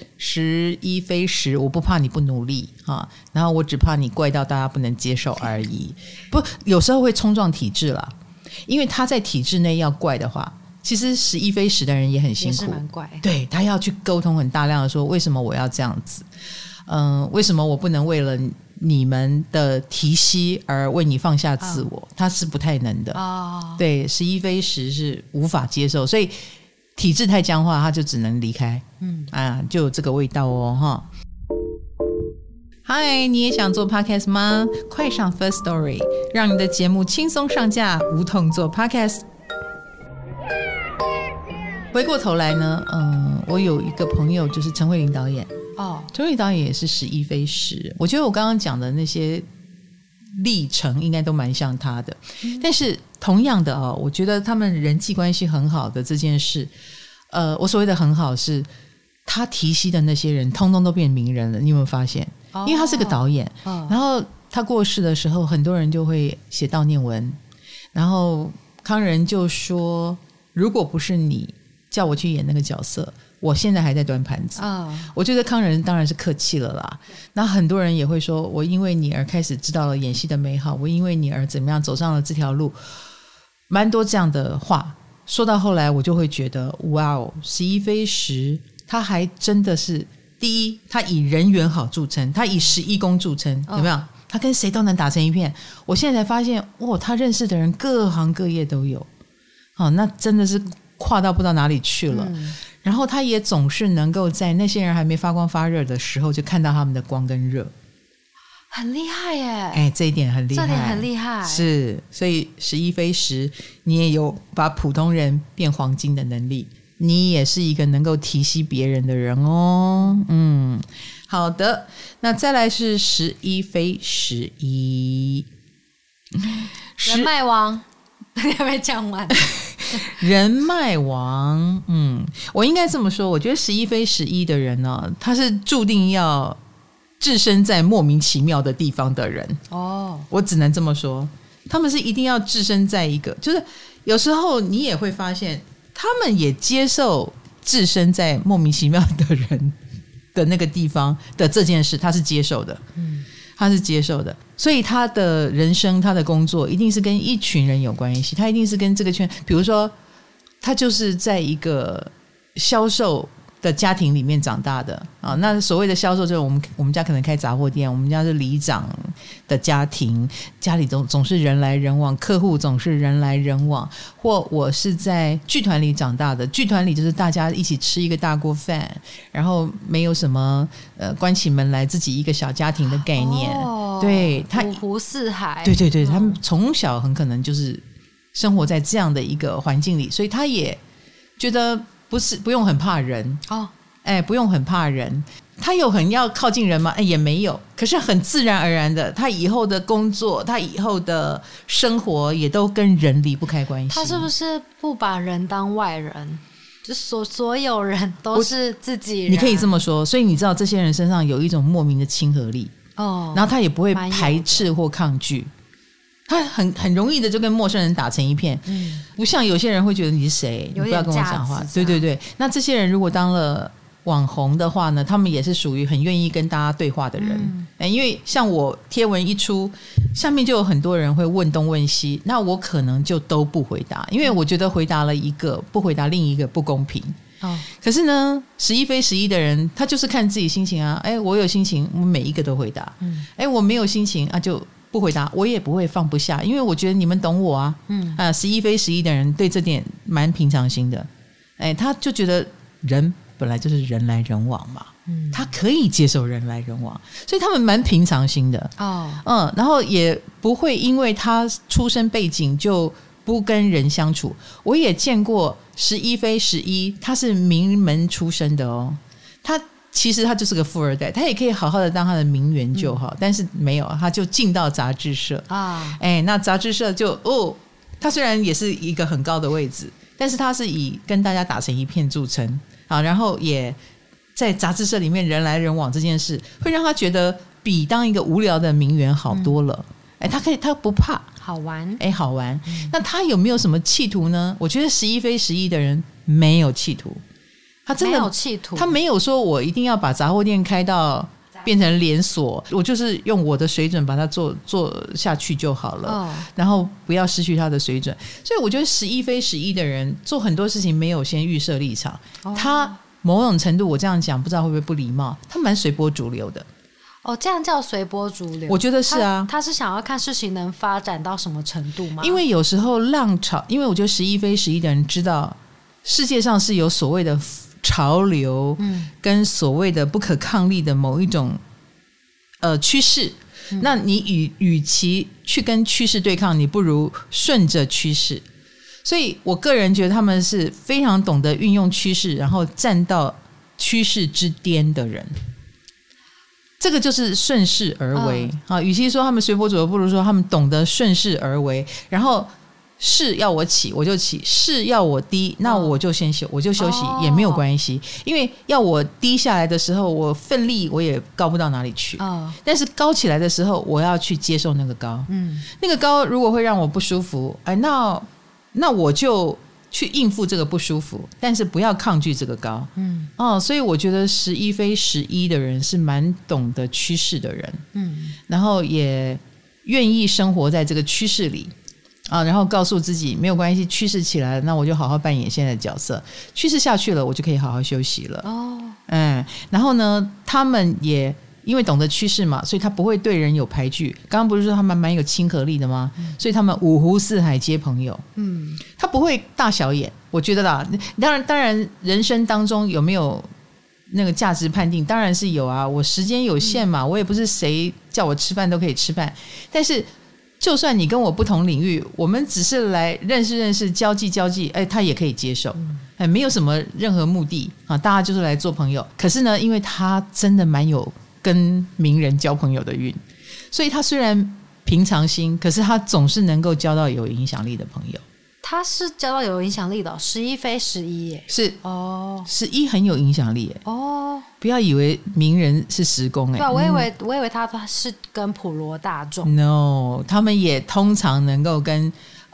11飞10，我不怕你不努力然后我只怕你怪到大家不能接受而已。不，有时候会冲撞体制啦，因为他在体制内要怪的话，其实11飞10的人也很辛苦， 也是蛮怪， 对，他要去沟通很大量的说为什么我要这样子，为什么我不能为了你们的提息而为你放下自我，他是不太能的对，11飞10是无法接受，所以体制太僵化，他就只能离开就有这个味道嗨，你也想做 podcast 吗？快上 First Story， 让你的节目轻松上架，无痛做 podcast。回过头来呢我有一个朋友就是陈慧琳导演陈慧琳导演也是11飞10，我觉得我刚刚讲的那些历程应该都蛮像他的，但是同样的我觉得他们人际关系很好的这件事我所谓的很好是他提携的那些人通通都变名人了，你有没有发现？因为他是个导演然后他过世的时候很多人就会写悼念文，然后康仁就说如果不是你叫我去演那个角色，我现在还在端盘子我觉得康仁当然是客气了啦，那很多人也会说我因为你而开始知道了演戏的美好，我因为你而怎么样走上了这条路，蛮多这样的话说到后来我就会觉得哇11飞10他还真的是第一，他以人缘好著称，他以11公著称有没有？他跟谁都能打成一片，我现在才发现他认识的人各行各业都有那真的是跨到不知道哪里去了然后他也总是能够在那些人还没发光发热的时候就看到他们的光跟热， 很厉害耶这一点很厉害， 这点很厉害， 是，所以11飞10你也有把普通人变黄金的能力，你也是一个能够提携别人的人好的，那再来是11飞11 人脉王你还没讲完人脉王，我应该这么说，我觉得11非11的人呢，他是注定要置身在莫名其妙的地方的人。我只能这么说，他们是一定要置身在一个，就是有时候你也会发现，他们也接受置身在莫名其妙的人的那个地方的这件事，他是接受的。他是接受的，所以他的人生他的工作一定是跟一群人有关系，他一定是跟这个圈，比如说他就是在一个销售的家庭里面长大的啊。那所谓的销售就是我们家可能开杂货店，我们家是里长的家庭，家里总是人来人往，客户总是人来人往。或我是在剧团里长大的，剧团里就是大家一起吃一个大锅饭，然后没有什么关起门来自己一个小家庭的概念。对，他五湖四海， 对对对，他们从小很可能就是生活在这样的一个环境里，所以他也觉得不用很怕人不用很怕人。他有很要靠近人吗？也没有，可是很自然而然的，他以后的工作，他以后的生活也都跟人离不开关系。 他是不是不把人当外人？就所有人都是自己人， 你可以这么说。所以你知道这些人身上有一种莫名的亲和力然后他也不会排斥或抗拒，他很容易的就跟陌生人打成一片，不像有些人会觉得你是谁，你不要跟我讲话。对对对，那这些人如果当了网红的话呢，他们也是属于很愿意跟大家对话的人。因为像我贴文一出，下面就有很多人会问东问西，那我可能就都不回答，因为我觉得回答了一个不回答另一个不公平。可是呢11非11的人他就是看自己心情啊，我有心情我每一个都回答，我没有心情就不回答，我也不会放不下，因为我觉得你们懂我啊。11非11的人对这点蛮平常心的，他就觉得人本来就是人来人往嘛，他可以接受人来人往，所以他们蛮平常心的。然后也不会因为他出身背景就不跟人相处。我也见过11非11，他是名门出身的哦，他其实他就是个富二代，他也可以好好的当他的名媛就好，但是没有，他就进到杂志社那杂志社就他虽然也是一个很高的位置，但是他是以跟大家打成一片著称然后也在杂志社里面人来人往这件事，会让他觉得比当一个无聊的名媛好多了。他不怕，好玩好玩。那他有没有什么企图呢？我觉得11非11的人没有企图，他真的没有企图， 他没有说我一定要把杂货店开到变成连锁，我就是用我的水准把它做下去就好了，然后不要失去他的水准。所以我觉得11非11的人做很多事情没有先预设立场，他某种程度我这样讲不知道会不会不礼貌，他蛮随波逐流的。 这样叫随波逐流？我觉得是啊。 他是想要看事情能发展到什么程度吗？ 因为有时候浪潮，因为我觉得11非11的人知道世界上是有所谓的潮流，跟所谓的不可抗力的某一种趋势。那你与其去跟趋势对抗，你不如顺着趋势。所以我个人觉得他们是非常懂得运用趋势，然后站到趋势之巅的人。这个就是顺势而为与其说他们随波逐流，不如说他们懂得顺势而为，然后势要我起我就起，势要我低那我就先休息也没有关系，因为要我低下来的时候我奋力我也高不到哪里去但是高起来的时候我要去接受那个高那个高如果会让我不舒服那我就去应付这个不舒服，但是不要抗拒这个高所以我觉得11非11的人是蛮懂得趋势的人然后也愿意生活在这个趋势里然后告诉自己没有关系，趋势起来了那我就好好扮演现在的角色，趋势下去了我就可以好好休息了然后呢他们也因为懂得趋势嘛，所以他不会对人有排拒。刚刚不是说他们蛮有亲和力的吗所以他们五湖四海皆朋友他不会大小眼。我觉得啦，当然人生当中有没有那个价值判定当然是有啊，我时间有限嘛我也不是谁叫我吃饭都可以吃饭，但是就算你跟我不同领域，我们只是来认识交际他也可以接受没有什么任何目的大家就是来做朋友。可是呢因为他真的蛮有跟名人交朋友的运，所以他虽然平常心，可是他总是能够交到有影响力的朋友。 他是交到有影响力的11非11耶。 是哦 ，11很有影响力耶。 哦， 不要以为名人是10宫哎， 对啊，我以为他是跟普罗大众。 No， 他们也通常能够跟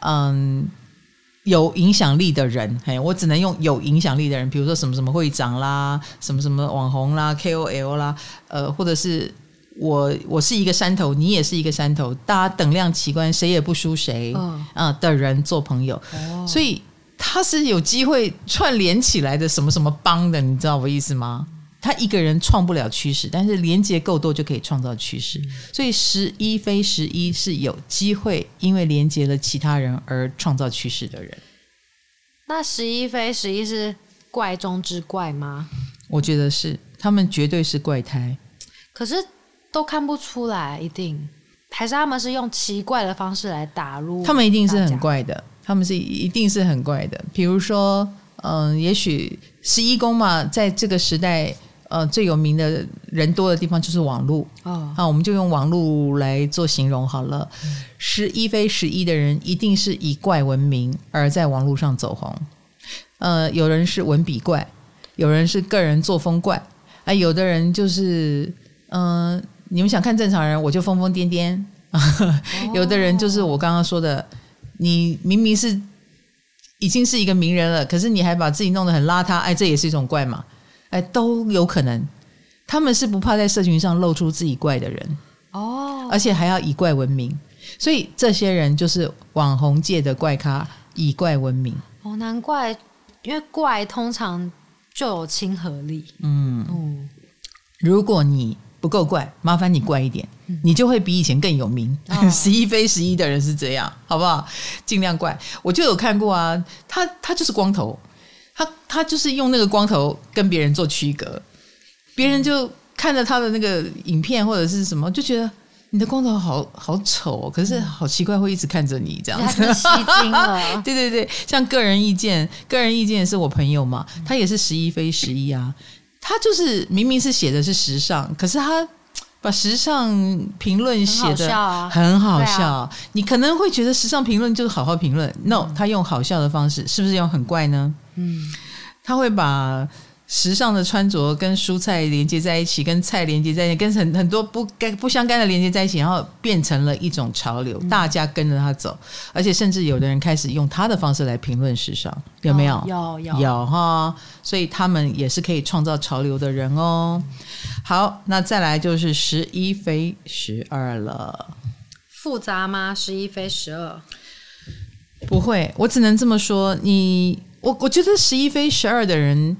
有影响力的人，我只能用有影响力的人，比如说什么什么会长啦，什么什么网红啦 KOL 啦，或者是我是一个山头，你也是一个山头，大家等量齐观，谁也不输谁的人做朋友，所以他是有机会串联起来的什么什么帮的，你知道我意思吗？他一个人创不了趋势，但是连结够多就可以创造趋势，所以11非11是有机会因为连结了其他人而创造趋势的人。 那11非11是怪中之怪吗？ 我觉得是，他们绝对是怪胎。 可是都看不出来，一定还是他们是用奇怪的方式来打入？ 他们一定是很怪的，他们是一定是很怪的。比如说，也许11宫嘛，在这个时代。最有名的人多的地方就是网络我们就用网络来做形容好了。11非11的人一定是以怪闻名而在网络上走红。有人是文笔怪，有人是个人作风怪，有的人就是你们想看正常人，我就疯疯癫癫有的人就是我刚刚说的，你明明是已经是一个名人了，可是你还把自己弄得很邋遢，这也是一种怪嘛。都有可能，他们是不怕在社群上露出自己怪的人而且还要以怪闻名，所以这些人就是网红界的怪咖，以怪闻名。 难怪，因为怪通常就有亲和力。 如果你不够怪，麻烦你怪一点，你就会比以前更有名。11非11的人是这样，好不好？尽量怪。我就有看过啊，他就是光头。他就是用那个光头跟别人做区隔，别人就看着他的那个影片或者是什么，就觉得你的光头好丑可是好奇怪，会一直看着你这样子， 吸睛了。 对对对，像个人意见是我朋友嘛，他也是11非11啊，他就是明明是写的是时尚，可是他把时尚评论写的很好笑，你可能会觉得时尚评论就是好好评论，no， 他用好笑的方式，是不是用很怪呢？他会把时尚的穿着跟蔬菜连接在一起，跟菜连接在一起，跟很多不相干的连接在一起，然后变成了一种潮流，大家跟着他走，而且甚至有的人开始用他的方式来评论时尚，有没有？有哈，所以他们也是可以创造潮流的人哦。好，那再来就是11非12了。 复杂吗？11非12 不会，我只能这么说。我觉得11非12的人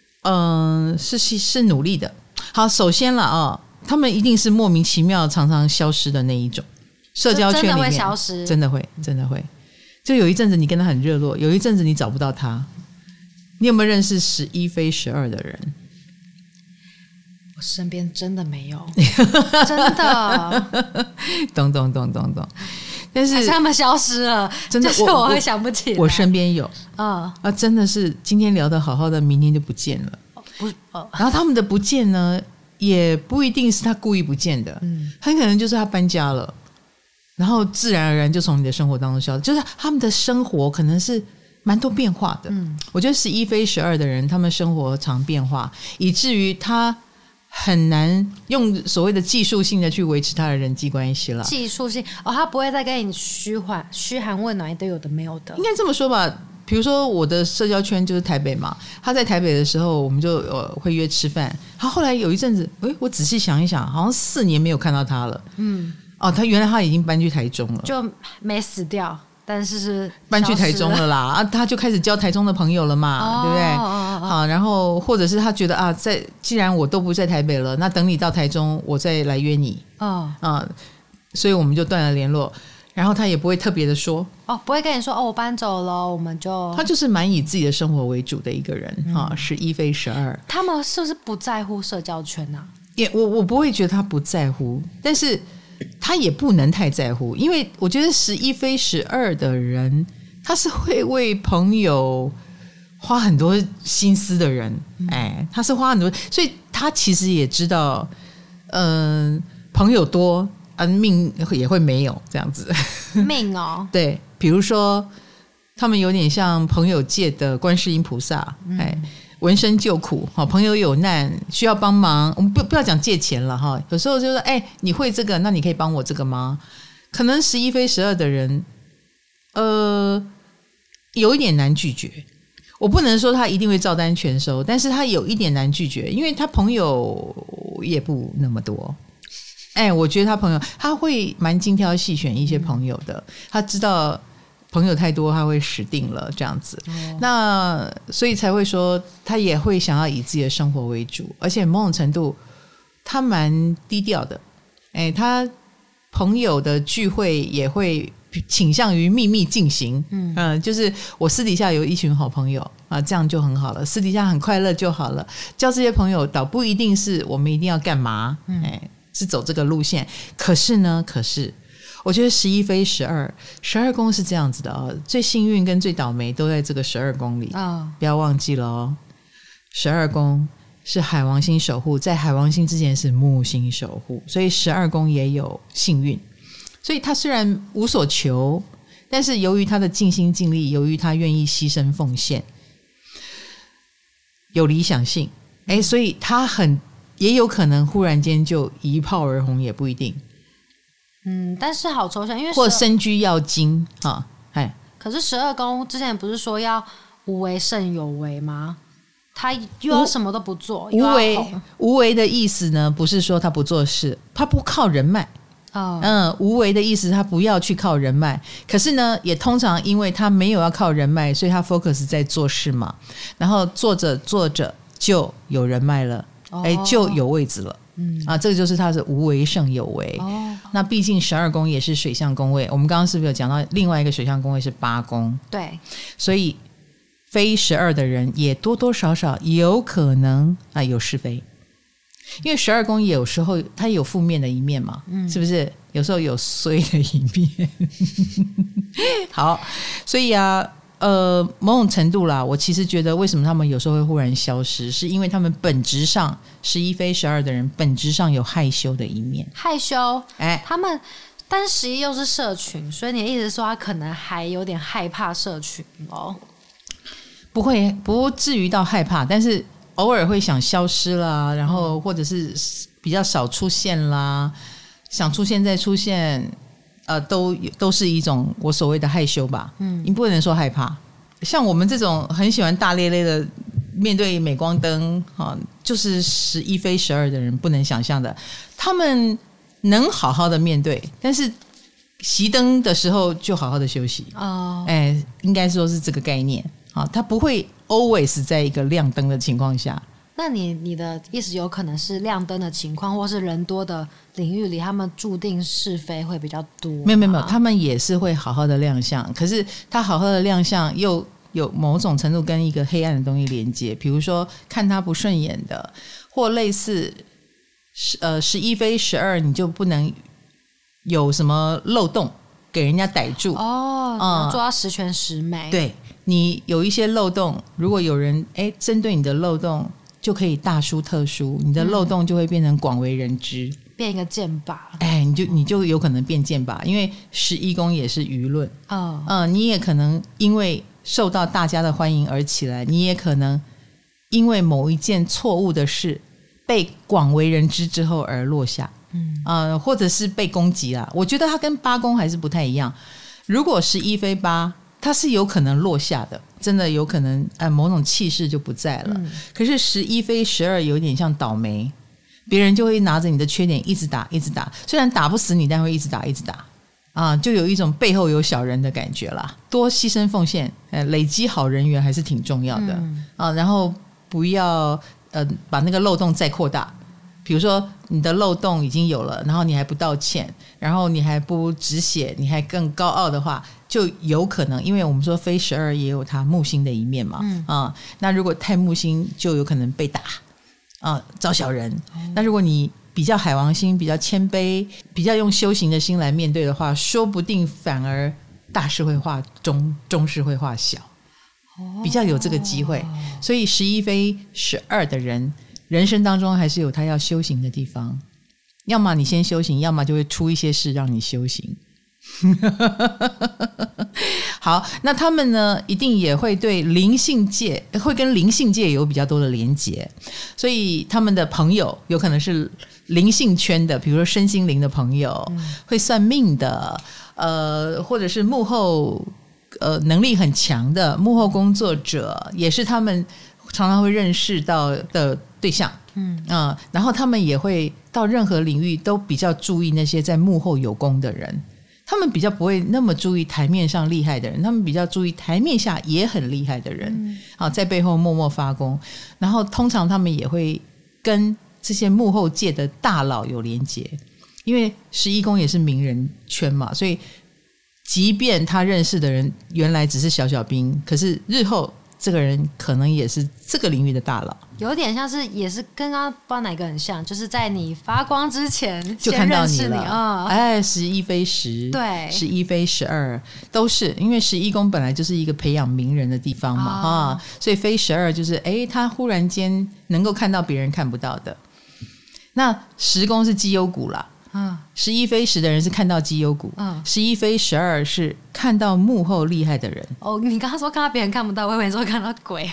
是努力的。好，首先了他们一定是莫名其妙常常消失的那一种，社交圈里面真的会消失， 真的会。就有一阵子你跟他很热络，有一阵子你找不到他。你有没有认识11非12的人？ 我身边真的没有真的懂，但是他们消失了，真的，就是我会想不起来。 我身边有真的是今天聊得好好的，明天就不见了。然后他们的不见呢，也不一定是他故意不见的，很可能就是他搬家了，然后自然而然就从你的生活当中消失，就是他们的生活可能是蛮多变化的。我觉得11非12的人，他们生活常变化，以至于他很难用所谓的技术性的去维持他的人际关系了。 技术性他不会再跟你嘘寒问暖，都有的没有的。 应该这么说吧，比如说我的社交圈就是台北嘛，他在台北的时候我们就会约吃饭。他后来有一阵子我仔细想一想，好像4年没有看到他了。他原来他已经搬去台中了， 就没死掉，但是搬去台中了啦。他就开始交台中的朋友了嘛，对不对？好，然后或者是他觉得既然我都不在台北了，那等你到台中我再来约你。所以我们就断了联络。然后他也不会特别的说不会跟你说我搬走了，我们就他就是蛮以自己的生活为主的一个人。11非12， 他们是不是不在乎社交圈啊？ 我不会觉得他不在乎，但是他也不能太在乎，因为我觉得11非12的人，他是会为朋友花很多心思的人。他是花很多，所以他其实也知道朋友多命也会没有这样子。 命对，比如说他们有点像朋友界的观世音菩萨，闻声救苦，朋友有难需要帮忙，我们不要讲借钱了哈，有时候就是你会这个，那你可以帮我这个吗？可能11非12的人有一点难拒绝，我不能说他一定会照单全收，但是他有一点难拒绝，因为他朋友也不那么多。我觉得他朋友他会蛮精挑细选一些朋友的，他知道朋友太多他会死定了这样子，那所以才会说他也会想要以自己的生活为主，而且某种程度他蛮低调的，他朋友的聚会也会倾向于秘密进行，就是我私底下有一群好朋友啊，这样就很好了，私底下很快乐就好了，交这些朋友倒不一定是我们一定要干嘛，是走这个路线。可是我觉得11非12宫是这样子的哦，最幸运跟最倒霉都在这个12宫里，不要忘记了哦。12宫是海王星守护，在海王星之前是木星守护，所以12宫也有幸运。所以他虽然无所求，但是由于他的尽心尽力，由于他愿意牺牲奉献，有理想性，所以他也有可能忽然间就一炮而红，也不一定。 但是好抽象，因为或身居要精啊， 可是12宫之前不是说要无为胜有为吗？他又要什么都不做， 无为的意思呢，不是说他不做事，他不靠人脉。无为的意思他不要去靠人脉，可是呢也通常因为他没有要靠人脉，所以他 focus 在做事嘛，然后做着做着就有人脉了，就有位置了，这个就是他是无为胜有为。那毕竟12宫也是水象宫位，我们刚刚是不是有讲到另外一个水象宫位是8宫？ 对， 所以非12的人也多多少少有可能有是非，因为12宫有时候它有负面的一面嘛，是不是？有时候有衰的一面。好，所以某种程度啦，我其实觉得为什么他们有时候会忽然消失，是因为他们本质上11非12的人本质上有害羞的一面。 害羞，他们，但11又是社群，所以你的意思是说他可能还有点害怕社群哦？不至于到害怕，但是偶尔会想消失啦，然后或者是比较少出现啦，想出现再出现，都是一种我所谓的害羞吧。你不能说害怕，像我们这种很喜欢大咧咧的面对镁光灯，就是11非12的人不能想象的，他们能好好的面对，但是熄灯的时候就好好的休息。应该说是这个概念。他不会 always 在一个亮灯的情况下。 那你的意思有可能是亮灯的情况，或是人多的领域里，他们注定是非会比较多？ 没有，他们也是会好好的亮相，可是他好好的亮相又有某种程度跟一个黑暗的东西连接，比如说看他不顺眼的，或类似11非12，你就不能有什么漏洞给人家逮住要做到十全十美。 对，你有一些漏洞，如果有人针对你的漏洞，就可以大书特书，你的漏洞就会变成广为人知， 变一个箭靶。 你就有可能变箭靶，因为11宫也是舆论。你也可能因为受到大家的欢迎而起来，你也可能因为某一件错误的事被广为人知之后而落下。或者是被攻击啦。我觉得它跟8宫还是不太一样。如果11非8，它是有可能落下的，真的有可能某种气势就不在了。可是11非12有点像倒霉，别人就会拿着你的缺点一直打一直打，虽然打不死你，但会一直打一直打就有一种背后有小人的感觉啦。多牺牲奉献，累积好人缘还是挺重要的然后不要把那个漏洞再扩大。比如说你的漏洞已经有了，然后你还不道歉，然后你还不止血，你还更高傲的话，就有可能，因为我们说非12也有它木星的一面嘛，那如果太木星就有可能被打招小人。那如果你比较海王星，比较谦卑，比较用修行的心来面对的话，说不定反而大事会化中，中事会化小，比较有这个机会。所以11非12的人人生当中还是有他要修行的地方，要么你先修行，要么就会出一些事让你修行。 好，那他们呢一定也会对灵性界会跟灵性界有比较多的连结，所以他们的朋友有可能是灵性圈的，比如说身心灵的朋友，会算命的，或者是幕后能力很强的幕后工作者，也是他们常常会认识到的对象。然后他们也会到任何领域都比较注意那些在幕后有功的人，他们比较不会那么注意台面上厉害的人，他们比较注意台面下也很厉害的人，在背后默默发功。然后通常他们也会跟这些幕后界的大佬有连结，因为11宫也是名人圈嘛，所以即便他认识的人原来只是小小兵，可是日后这个人可能也是这个领域的大佬， 有点像是也是跟刚刚不知道哪个很像，就是在你发光之前就看到你了。11非10， 对 ，11非12，都是因为11宫本来就是一个培养名人的地方嘛，所以非12就是他忽然间能够看到别人看不到的。那10宫是绩优股啦。11非10的人是看到绩优股，11非12是看到幕后厉害的人。 你刚刚说看到别人看不到，我以为你说看到鬼。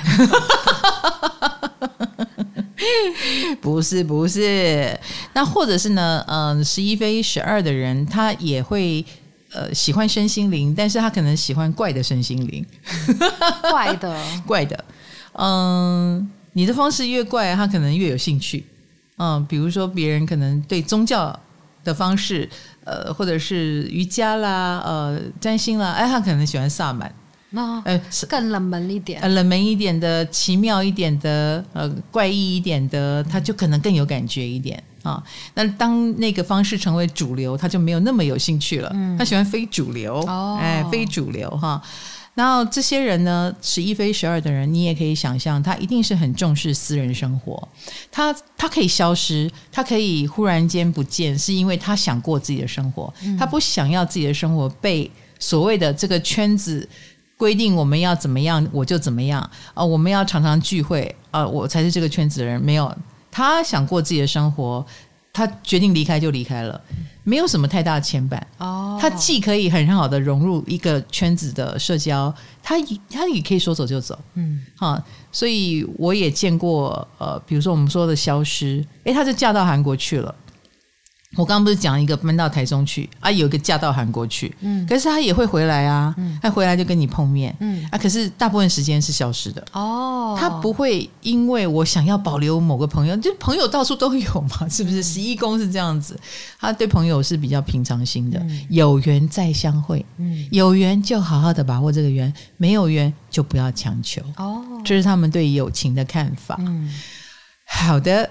不是，那或者是呢11非12的人他也会喜欢身心灵，但是他可能喜欢怪的身心灵。怪的你的方式越怪他可能越有兴趣。比如说别人可能对宗教的方式或者是瑜伽啦占星啦，他可能喜欢萨满， 更冷门一点， 冷门一点的，奇妙一点的，怪异一点的，他就可能更有感觉一点那当那个方式成为主流，他就没有那么有兴趣了，他喜欢非主流，非主流哈。然后这些人呢，11非12的人，你也可以想象，他一定是很重视私人生活，他可以消失，他可以忽然间不见，是因为他想过自己的生活，他不想要自己的生活被所谓的这个圈子规定我们要怎么样我就怎么样我们要常常聚会我才是这个圈子的人，没有，他想过自己的生活，他决定离开就离开了，没有什么太大的牵绊他既可以很好的融入一个圈子的社交，他也可以说走就走所以我也见过比如说我们说的消失，他就嫁到韩国去了，我刚刚不是讲一个搬到台中去有一个嫁到韩国去可是他也会回来他回来就跟你碰面可是大部分时间是消失的他不会因为我想要保留某个朋友，就朋友到处都有嘛，是不是？11宫是这样子，他对朋友是比较平常心的有缘再相会有缘就好好的把握这个缘，没有缘就不要强求这是他们对友情的看法好的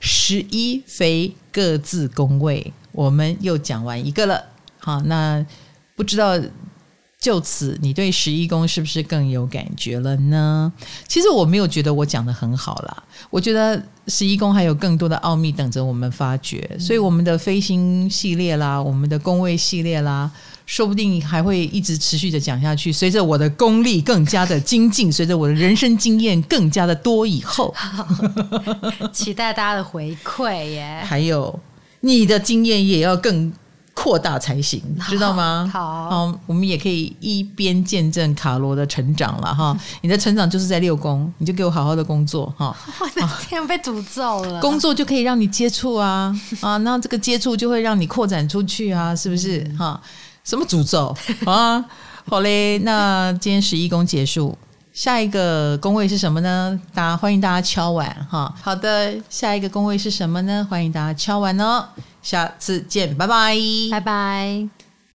，11非各自宫位我们又讲完一个了。好，那不知道就此你对11宫是不是更有感觉了呢？其实我没有觉得我讲得很好啦，我觉得11宫还有更多的奥秘等着我们发掘，所以我们的飞星系列啦，我们的宫位系列啦，说不定还会一直持续的讲下去，随着我的功力更加的精进，随着我的人生经验更加的多以后期待大家的回馈耶， 还有你的经验也要更扩大才行，知道吗？ 好， 我们也可以一边见证卡罗的成长了哈。你的成长就是在6宫，你就给我好好的工作哈。 我的天，被诅咒了！ 工作就可以让你接触那这个接触就会让你扩展出去是不是什么诅咒好嘞，那今天11宫结束，下一个宫位是什么呢？欢迎大家敲碗好的，下一个宫位是什么呢？欢迎大家敲碗下次见，拜拜， 拜拜。